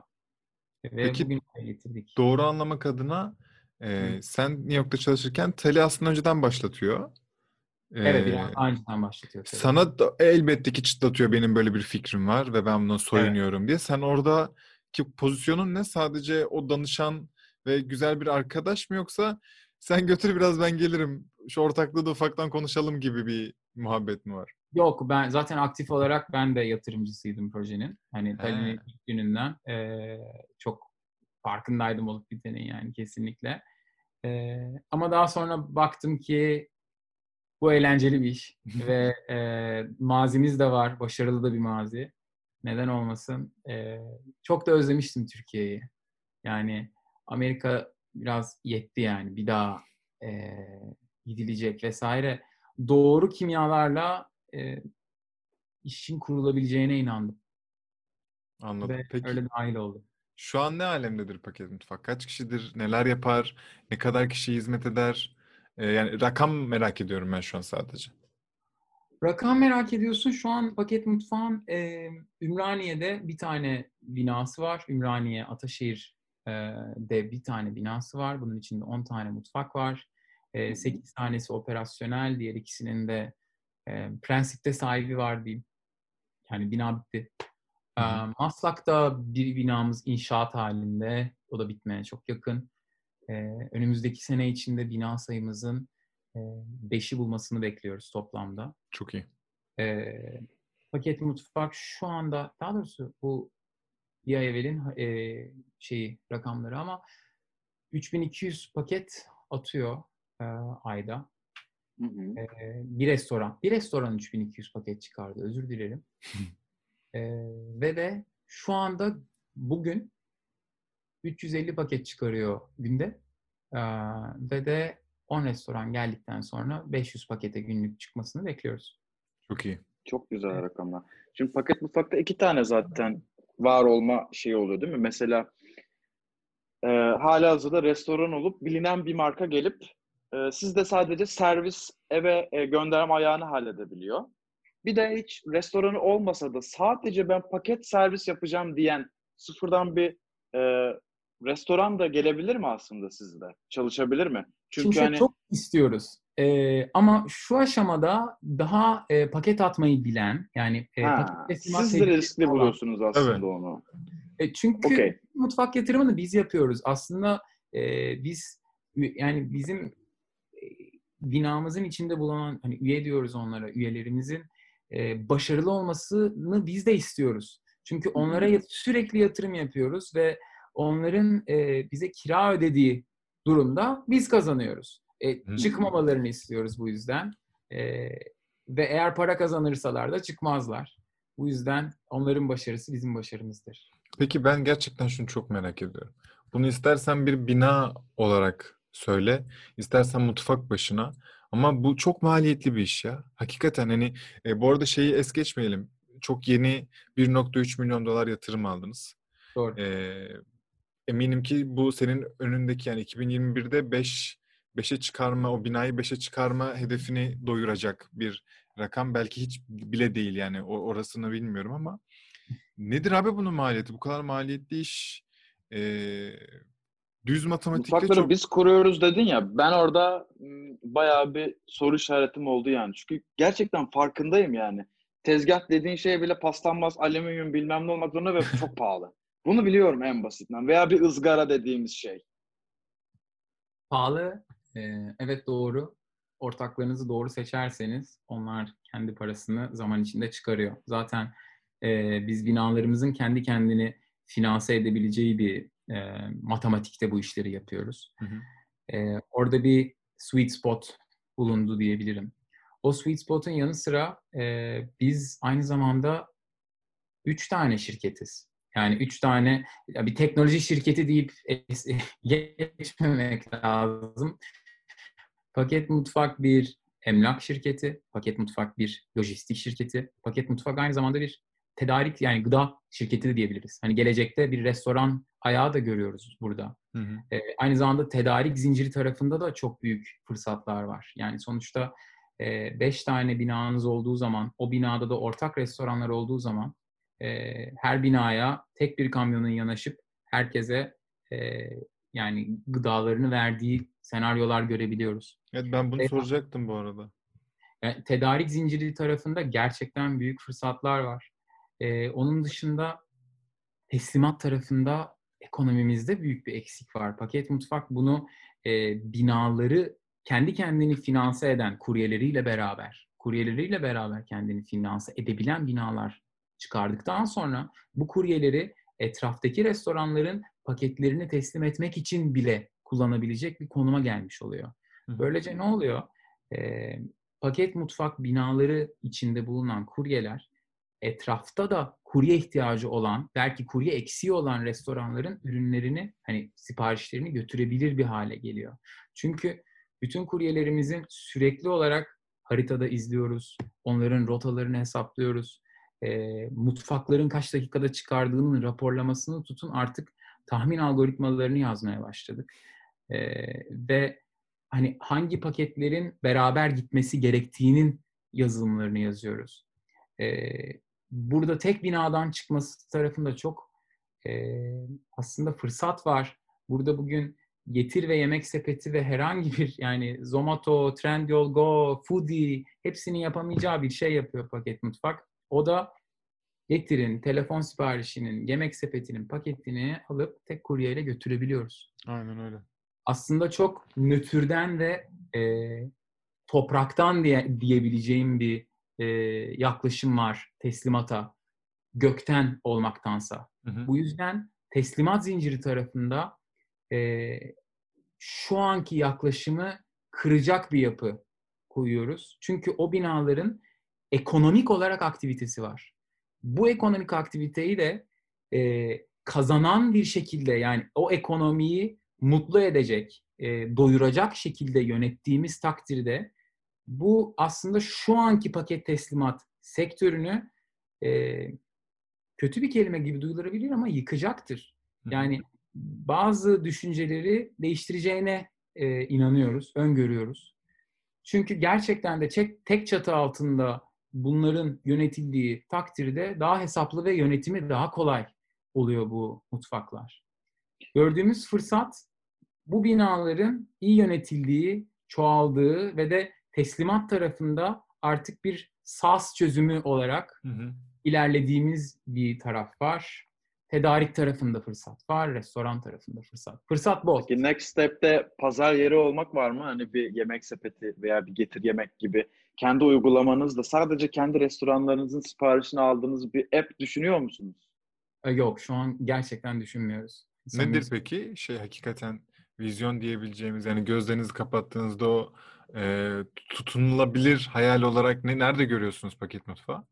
Ve Peki bugün getirdik. doğru anlamak adına Hı. e, sen New York'ta çalışırken Tali aslında önceden başlatıyor. Evet, E, biraz daha önceden başlatıyor tabii. sana da elbette ki çıtlatıyor, benim böyle bir fikrim var ve ben bundan Evet. soyunuyorum diye. Sen oradaki pozisyonun ne? Sadece o danışan ve güzel bir arkadaş mı, yoksa sen götür biraz ben gelirim, şu ortaklığı da ufaktan konuşalım gibi bir muhabbet mi var? Yok, ben zaten aktif olarak ben de yatırımcısıydım projenin. Hani He. Tali'nin ilk gününden e, çok farkındaydım olup bitenin yani kesinlikle. E, ama daha sonra baktım ki bu eğlenceli bir iş ve e, mazimiz de var, başarılı da bir mazi. Neden olmasın? E, çok da özlemiştim Türkiye'yi. Yani Amerika biraz yetti yani. Bir daha e, gidilecek vesaire. Doğru kimyalarla e, işin kurulabileceğine inandım. Anladım. Ve Peki öyle dahil oldum. şu an ne alemdedir paket mutfak? Kaç kişidir? Neler yapar? Ne kadar kişiye hizmet eder? E, yani rakam merak ediyorum ben şu an sadece. Rakam merak ediyorsun. Şu an Paket Mutfağın e, Ümraniye'de bir tane binası var. Ümraniye, Ataşehir'de bir tane binası var. Bunun içinde on tane mutfak var. E, sekiz tanesi operasyonel. Diğer ikisinin de e, prensipte sahibi var diyeyim. Yani bina bitti. E, Hı hı. Maslak'ta bir binamız inşaat halinde. O da bitmeye çok yakın. E, önümüzdeki sene içinde bina sayımızın e, beşi bulmasını bekliyoruz toplamda. Çok iyi. E, Paket mutfak şu anda, daha doğrusu bu bir ay evvelin e, şeyi rakamları ama üç bin iki yüz paket atıyor e, ayda. Hı hı. E, bir restoran. Bir restoran üç bin iki yüz paket çıkardı. Özür dilerim. E, ve de şu anda bugün üç yüz elli paket çıkarıyor günde. E, ve de on restoran geldikten sonra beş yüz pakete günlük çıkmasını bekliyoruz. Çok iyi. Çok güzel rakamlar. Şimdi paket mutfakta iki tane zaten var olma şeyi oluyor değil mi? Mesela e, halihazırda restoran olup bilinen bir marka gelip e, sizde sadece servis, eve e, gönderme ayağını halledebiliyor. Bir de hiç restoranı olmasa da sadece ben paket servis yapacağım diyen sıfırdan bir e, restoran da gelebilir mi aslında sizde? Çalışabilir mi? Şimdi Çünkü şey, hani çok istiyoruz. Ee, ama şu aşamada daha e, paket atmayı bilen, yani e, paket ha teslimat siz de tecrübesi riskli olan. buluyorsunuz Tabii. aslında onu. E, çünkü Okey. mutfak yatırımını biz yapıyoruz. Aslında e, biz yani bizim e, binamızın içinde bulunan, hani üye diyoruz onlara, üyelerimizin e, başarılı olmasını biz de istiyoruz. Çünkü onlara yat- sürekli yatırım yapıyoruz ve onların e, bize kira ödediği durumda biz kazanıyoruz. E, Hı. çıkmamalarını istiyoruz bu yüzden. E, ve eğer para kazanırsalar da çıkmazlar. Bu yüzden onların başarısı bizim başarımızdır. Peki ben gerçekten şunu çok merak ediyorum. Bunu istersen bir bina olarak söyle, istersen mutfak başına. Ama bu çok maliyetli bir iş ya. Hakikaten hani e, bu arada şeyi es geçmeyelim. çok yeni bir nokta üç milyon dolar yatırım aldınız. Doğru. Ee, eminim ki bu senin önündeki yani iki bin yirmi birde beş beşe çıkarma, o binayı beşe çıkarma hedefini doyuracak bir rakam. Belki hiç bile değil yani o orasını bilmiyorum ama nedir abi bunun maliyeti? Bu kadar maliyetli iş ee, düz matematikle Mutfakları çok... biz kuruyoruz dedin ya, ben orada m, bayağı bir soru işaretim oldu yani. Çünkü gerçekten farkındayım yani. Tezgah dediğin şey bile paslanmaz, alüminyum bilmem ne olmak zorunda ve çok pahalı. Bunu biliyorum en basitinden. Veya bir ızgara dediğimiz şey. Pahalı. Ee, evet doğru. Ortaklarınızı doğru seçerseniz onlar kendi parasını zaman içinde çıkarıyor. Zaten e, biz binalarımızın kendi kendini finanse edebileceği bir e, matematikte bu işleri yapıyoruz. Hı hı. E, orada bir sweet spot bulundu diyebilirim. O sweet spot'un yanı sıra e, biz aynı zamanda üç tane şirketiz. Yani üç tane ya bir teknoloji şirketi deyip es- geçmemek lazım. Paket Mutfak bir emlak şirketi, Paket Mutfak bir lojistik şirketi, Paket Mutfak aynı zamanda bir tedarik yani gıda şirketi de diyebiliriz. Hani gelecekte bir restoran ayağı da görüyoruz burada. Hı hı. Ee, aynı zamanda tedarik zinciri tarafında da çok büyük fırsatlar var. Yani sonuçta e, beş tane binanız olduğu zaman, o binada da ortak restoranlar olduğu zaman e, her binaya tek bir kamyonun yanaşıp herkese e, yani gıdalarını verdiği senaryolar görebiliyoruz. Evet, ben bunu E, soracaktım bu arada. yani tedarik zinciri tarafında gerçekten büyük fırsatlar var. E, onun dışında teslimat tarafında ekonomimizde büyük bir eksik var. Paket Mutfak bunu e, binaları kendi kendini finanse eden kuryeleriyle beraber, kuryeleriyle beraber kendini finanse edebilen binalar çıkardıktan sonra bu kuryeleri etraftaki restoranların paketlerini teslim etmek için bile kullanabilecek bir konuma gelmiş oluyor. Hı hı. Böylece ne oluyor? E, paket mutfak binaları içinde bulunan kuryeler etrafta da kurye ihtiyacı olan, belki kurye eksiği olan restoranların ürünlerini, hani siparişlerini götürebilir bir hale geliyor. Çünkü bütün kuryelerimizin sürekli olarak haritada izliyoruz, onların rotalarını hesaplıyoruz. E, mutfakların kaç dakikada çıkardığının raporlamasını tutun artık tahmin algoritmalarını yazmaya başladık. E, ve hani hangi paketlerin beraber gitmesi gerektiğinin yazılımlarını yazıyoruz. E, burada tek binadan çıkması tarafında çok e, aslında fırsat var. Burada bugün Getir ve Yemek Sepeti ve herhangi bir yani Zomato, Trendyol, Go, Foodie hepsinin yapamayacağı bir şey yapıyor Paket Mutfak. O da Getir'in telefon siparişinin, yemek sepetinin paketini alıp tek kuryeyle götürebiliyoruz. Aynen öyle. Aslında çok nötrden ve e, topraktan diye, diyebileceğim bir e, yaklaşım var teslimata, gökten olmaktansa. Hı hı. Bu yüzden teslimat zinciri tarafında e, şu anki yaklaşımı kıracak bir yapı koyuyoruz. Çünkü o binaların ekonomik olarak aktivitesi var. Bu ekonomik aktiviteyi de e, kazanan bir şekilde yani o ekonomiyi mutlu edecek, e, doyuracak şekilde yönettiğimiz takdirde bu aslında şu anki paket teslimat sektörünü e, kötü bir kelime gibi duyulabilir ama yıkacaktır. Hı hı. Yani bazı düşünceleri değiştireceğine e, inanıyoruz, öngörüyoruz. Çünkü gerçekten de tek, tek çatı altında bunların yönetildiği takdirde daha hesaplı ve yönetimi daha kolay oluyor bu mutfaklar. Gördüğümüz fırsat bu binaların iyi yönetildiği, çoğaldığı ve de teslimat tarafında artık bir SaaS çözümü olarak Hı hı. ilerlediğimiz bir taraf var. Tedarik tarafında fırsat var, restoran tarafında fırsat. Fırsat bol. Peki Next Step'te pazar yeri olmak var mı? Hani bir yemek sepeti veya bir getir yemek gibi kendi uygulamanızla sadece kendi restoranlarınızın siparişini aldığınız bir app düşünüyor musunuz? E, Yok, şu an gerçekten düşünmüyoruz. Samimi Nedir söyleyeyim. peki şey hakikaten vizyon diyebileceğimiz yani gözlerinizi kapattığınızda o e, tutunulabilir hayal olarak ne nerede görüyorsunuz paket mutfağı?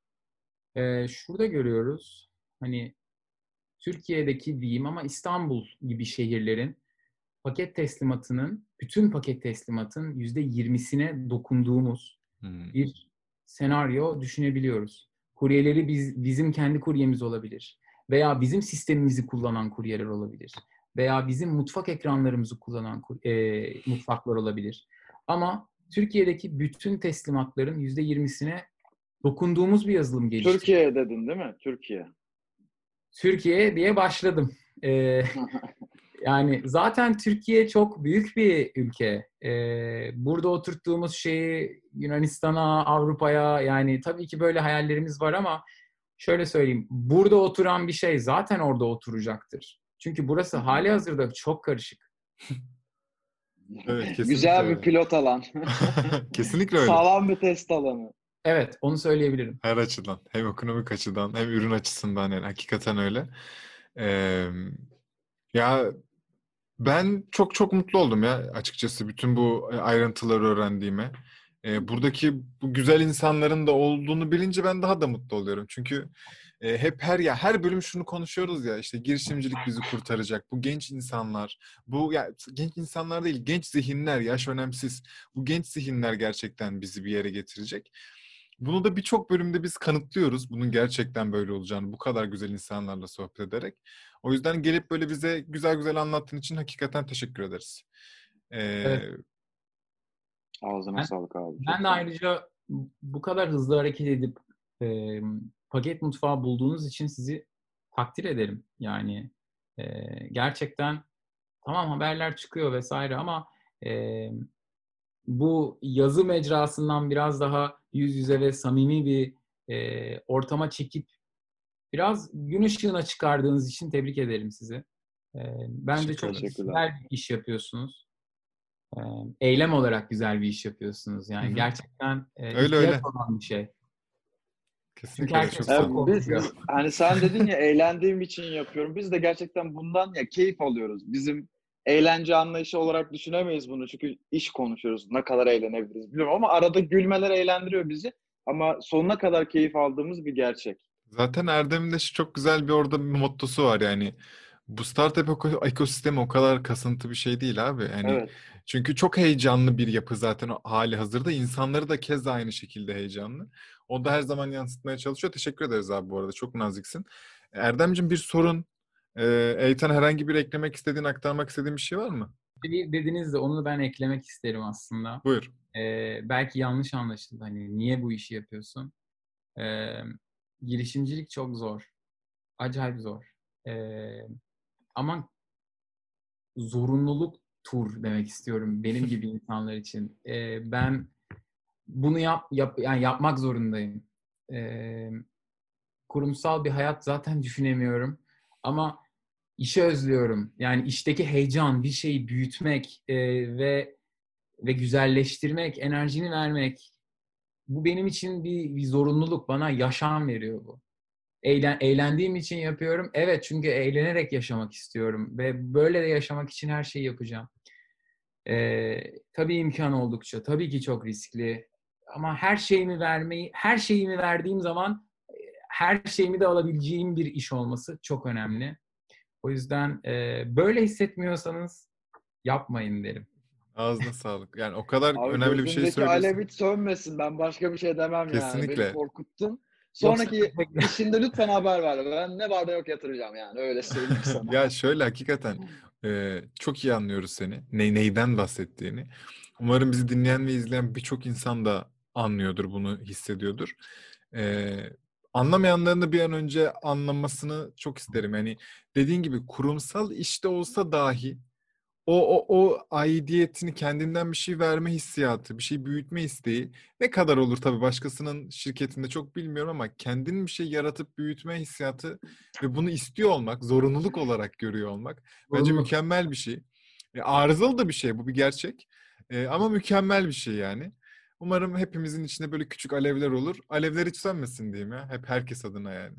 E, şurada görüyoruz. Hani Türkiye'deki diyeyim ama İstanbul gibi şehirlerin paket teslimatının, bütün paket teslimatın yüzde yirmisine dokunduğumuz Hmm. bir senaryo düşünebiliyoruz. kuryeleri biz, bizim kendi kuryemiz olabilir. Veya bizim sistemimizi kullanan kuryeler olabilir. Veya bizim mutfak ekranlarımızı kullanan e, mutfaklar olabilir. Ama Türkiye'deki bütün teslimatların yüzde yirmisine dokunduğumuz bir yazılım geliştirdik. Türkiye dedin değil mi? Türkiye. Türkiye diye başladım. Ee, yani zaten Türkiye çok büyük bir ülke. Ee, burada oturttuğumuz şeyi Yunanistan'a, Avrupa'ya, yani tabii ki böyle hayallerimiz var ama şöyle söyleyeyim. Burada oturan bir şey zaten orada oturacaktır. Çünkü burası hali hazırda çok karışık. Evet, kesinlikle Güzel bir öyle. pilot alan. Kesinlikle öyle. Sağlam bir test alanı. Evet, onu söyleyebilirim. Her açıdan. Hem ekonomik açıdan hem ürün açısından, yani hakikaten öyle. Ee, ya ben çok çok mutlu oldum ya açıkçası bütün bu ayrıntıları öğrendiğime. Ee, buradaki bu güzel insanların da olduğunu bilince ben daha da mutlu oluyorum. Çünkü e, hep her ya her bölüm şunu konuşuyoruz ya, işte girişimcilik bizi kurtaracak. Bu genç insanlar, bu ya genç insanlar değil, genç zihinler, yaş önemsiz. Bu genç zihinler gerçekten bizi bir yere getirecek. Bunu da birçok bölümde biz kanıtlıyoruz. Bunun gerçekten böyle olacağını bu kadar güzel insanlarla sohbet ederek. O yüzden gelip böyle bize güzel güzel anlattığın için hakikaten teşekkür ederiz. Ee, Evet. Ağzına Ben, sağlık abi. Çok ben de sağ ol. ayrıca bu kadar hızlı hareket edip e, paket mutfağı bulduğunuz için sizi takdir ederim. Yani e, gerçekten tamam haberler çıkıyor vesaire ama e, bu yazı mecrasından biraz daha yüz yüze ve samimi bir e, ortama çekip biraz gün ışığına çıkardığınız için tebrik ederim sizi. E, bence Teşekkür çok ederiz. güzel bir iş yapıyorsunuz. E, eylem olarak güzel bir iş yapıyorsunuz. Yani Hı hı. gerçekten e, Öyle, ihtiyaç öyle. olan bir şey. Çünkü Kesinlikle öyle. herkes Çok çok sağ Evet, ol. biz, korkuyor. biz hani sen dedin ya eğlendiğim için yapıyorum. Biz de gerçekten bundan ya keyif alıyoruz. Bizim eğlence anlayışı olarak düşünemeyiz bunu. Çünkü iş konuşuyoruz. Ne kadar eğlenebiliriz bilmiyorum ama arada gülmeler eğlendiriyor bizi. Ama sonuna kadar keyif aldığımız bir gerçek. Zaten Erdem'in de şu çok güzel bir orada bir mottosu var yani. Bu startup eko- ekosistemi o kadar kasıntı bir şey değil abi. Yani Evet. çünkü çok heyecanlı bir yapı zaten o hali hazırda. İnsanları da keza aynı şekilde heyecanlı. O da her zaman yansıtmaya çalışıyor. Teşekkür ederiz abi bu arada. Çok naziksin. Erdemciğim, bir sorun. Ee, Eytan, herhangi bir eklemek istediğin, aktarmak istediğin bir şey var mı? Bir dediniz de onu ben eklemek isterim aslında. Buyur. Ee, belki yanlış anlaşıldı. Hani niye bu işi yapıyorsun? Ee, girişimcilik çok zor. Acayip zor. Ee, ama zorunluluk tur demek istiyorum benim gibi insanlar için. Ee, ben bunu yap, yap yani yapmak zorundayım. Ee, kurumsal bir hayat zaten düşünemiyorum. Ama işi özlüyorum. Yani işteki heyecan, bir şeyi büyütmek e, ve ve güzelleştirmek, enerjini vermek. Bu benim için bir, bir zorunluluk. Bana yaşam veriyor bu. Eğlen, eğlendiğim için yapıyorum. Evet, çünkü eğlenerek yaşamak istiyorum. Ve böyle de yaşamak için her şeyi yapacağım. Ee, tabii imkan oldukça. Tabii ki çok riskli. Ama her şeyimi vermeyi, her şeyimi verdiğim zaman her şeyimi de alabileceğim bir iş olması çok önemli. O yüzden e, böyle hissetmiyorsanız yapmayın derim. Ağzına sağlık. Yani o kadar Abi önemli bir şey gözümdeki alev söylüyorsun. hiç sönmesin. Ben başka bir şey demem yani. Beni Kesinlikle. korkuttun. Yoksa Sonraki işinde lütfen haber ver. Ben ne var da yok yatıracağım yani. Öyle söyleyeyim sana. Ya şöyle, hakikaten e, çok iyi anlıyoruz seni. Ne, neyden bahsettiğini. Umarım bizi dinleyen ve izleyen birçok insan da anlıyordur, bunu hissediyordur. E, anlamayanların da bir an önce anlamasını çok isterim. Yani dediğin gibi kurumsal işte olsa dahi o, o, o aidiyetini, kendinden bir şey verme hissiyatı, bir şey büyütme isteği ne kadar olur tabii başkasının şirketinde çok bilmiyorum ama kendin bir şey yaratıp büyütme hissiyatı ve bunu istiyor olmak, zorunluluk olarak görüyor olmak bence Zorunluluk. mükemmel bir şey. E, arızalı da bir şey, bu bir gerçek. E, ama mükemmel bir şey yani. Umarım hepimizin içinde böyle küçük alevler olur. Alevler hiç sönmesin diyeyim ya. Hep herkes adına yani.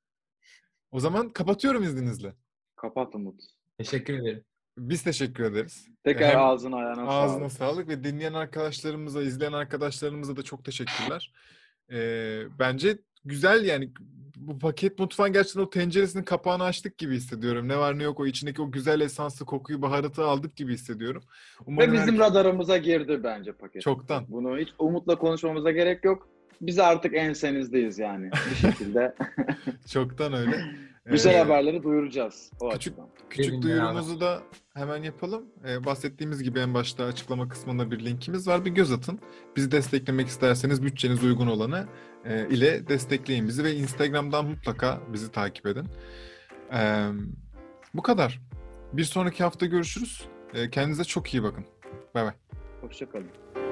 O zaman kapatıyorum izninizle. Kapat Umut. Teşekkür ederim. Biz teşekkür ederiz. Tekrar Hem ağzına ayağına ağzına sağlık. sağlık ve dinleyen arkadaşlarımıza, izleyen arkadaşlarımıza da çok teşekkürler. Ee, bence güzel yani, bu paket mutfağın gerçekten o tenceresinin kapağını açtık gibi hissediyorum. Ne var ne yok o içindeki o güzel esanslı kokuyu, baharatı aldık gibi hissediyorum. Ve Umarım bizim her radarımıza girdi bence paket. çoktan. Bunu hiç Umut'la konuşmamıza gerek yok. biz artık ensenizdeyiz yani bir şekilde. Çoktan öyle. Güzel Ee, haberleri duyuracağız o Küçük açıdan. küçük Gelin duyurumuzu da hemen yapalım. Ee, bahsettiğimiz gibi en başta açıklama kısmında bir linkimiz var. Bir göz atın. Bizi desteklemek isterseniz bütçeniz uygun olanı e, ile destekleyin bizi ve Instagram'dan mutlaka bizi takip edin. Ee, bu kadar. Bir sonraki hafta görüşürüz. Ee, kendinize çok iyi bakın. Bay bay. Hoşça kalın.